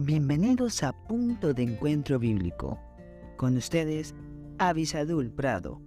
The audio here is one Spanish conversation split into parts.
Bienvenidos a Punto de Encuentro Bíblico. Con ustedes, Avisadul Prado.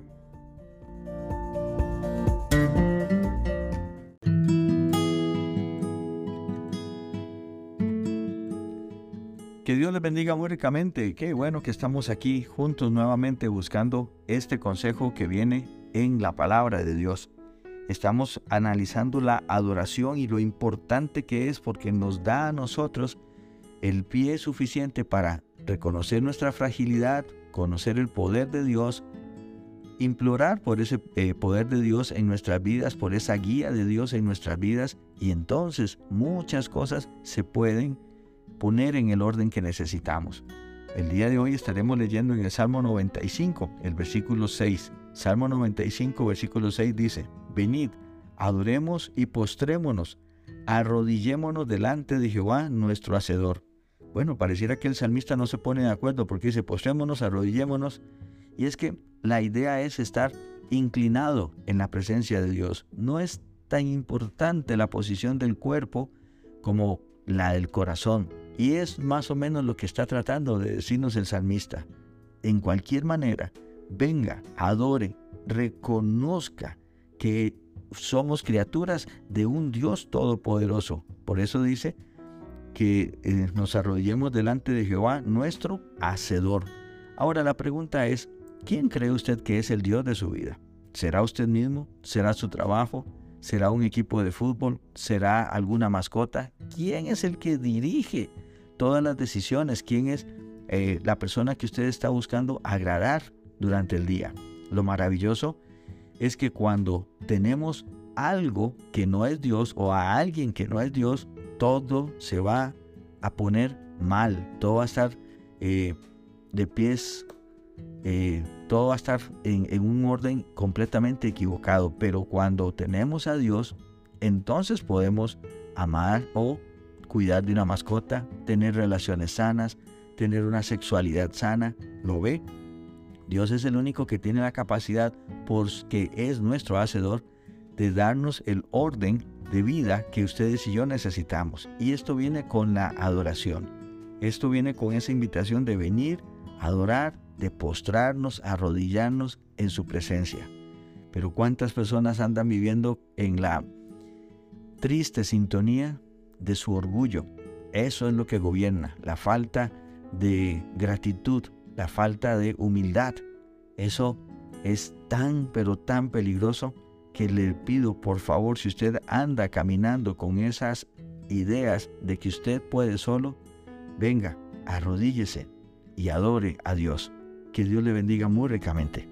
Que Dios les bendiga muy ricamente. Qué bueno que estamos aquí juntos nuevamente buscando este consejo que viene en la palabra de Dios. Estamos analizando la adoración y lo importante que es porque nos da a nosotros el pie suficiente para reconocer nuestra fragilidad, conocer el poder de Dios, implorar por ese poder de Dios en nuestras vidas, por esa guía de Dios en nuestras vidas, y entonces muchas cosas se pueden poner en el orden que necesitamos. El día de hoy estaremos leyendo en el Salmo 95, el versículo 6. Salmo 95, versículo 6 dice: Venid, adoremos y postrémonos, arrodillémonos delante de Jehová nuestro Hacedor. Bueno, pareciera que el salmista no se pone de acuerdo porque dice postrémonos, arrodillémonos, y es que la idea es estar inclinado en la presencia de Dios. No es tan importante la posición del cuerpo como la del corazón, y es más o menos lo que está tratando de decirnos el salmista. En cualquier manera, venga, adore, reconozca que somos criaturas de un Dios todopoderoso. Por eso dice que nos arrodillemos delante de Jehová, nuestro Hacedor. Ahora la pregunta es, ¿quién cree usted que es el Dios de su vida? ¿Será usted mismo? ¿Será su trabajo? ¿Será un equipo de fútbol? ¿Será alguna mascota? ¿Quién es el que dirige todas las decisiones? ¿Quién es la persona que usted está buscando agradar durante el día? Lo maravilloso es que cuando tenemos algo que no es Dios o a alguien que no es Dios, todo se va a poner mal, todo va a estar de pies, todo va a estar en un orden completamente equivocado. Pero cuando tenemos a Dios, entonces podemos amar o cuidar de una mascota, tener relaciones sanas, tener una sexualidad sana. ¿Lo ve? Dios es el único que tiene la capacidad, porque es nuestro Hacedor, de darnos el orden de vida que ustedes y yo necesitamos. Y esto viene con la adoración. Esto viene con esa invitación de venir, adorar, de postrarnos, arrodillarnos en su presencia. Pero ¿cuántas personas andan viviendo en la triste sintonía de su orgullo? Eso es lo que gobierna, la falta de gratitud, la falta de humildad. Eso es tan, pero tan peligroso que le pido, por favor, si usted anda caminando con esas ideas de que usted puede solo, venga, arrodíllese y adore a Dios. Que Dios le bendiga muy ricamente.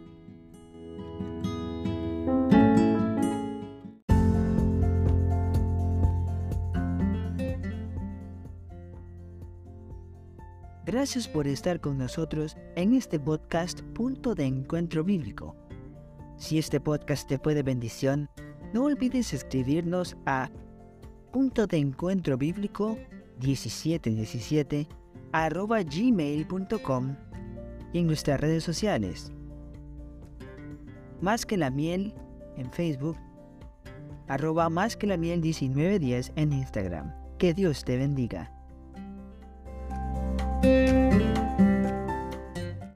Gracias por estar con nosotros en este podcast Punto de Encuentro Bíblico. Si este podcast te fue de bendición, no olvides escribirnos a puntodeencuentrobiblico1717@gmail.com y en nuestras redes sociales. Más que la miel en Facebook, @másquelamiel1910 en Instagram. Que Dios te bendiga.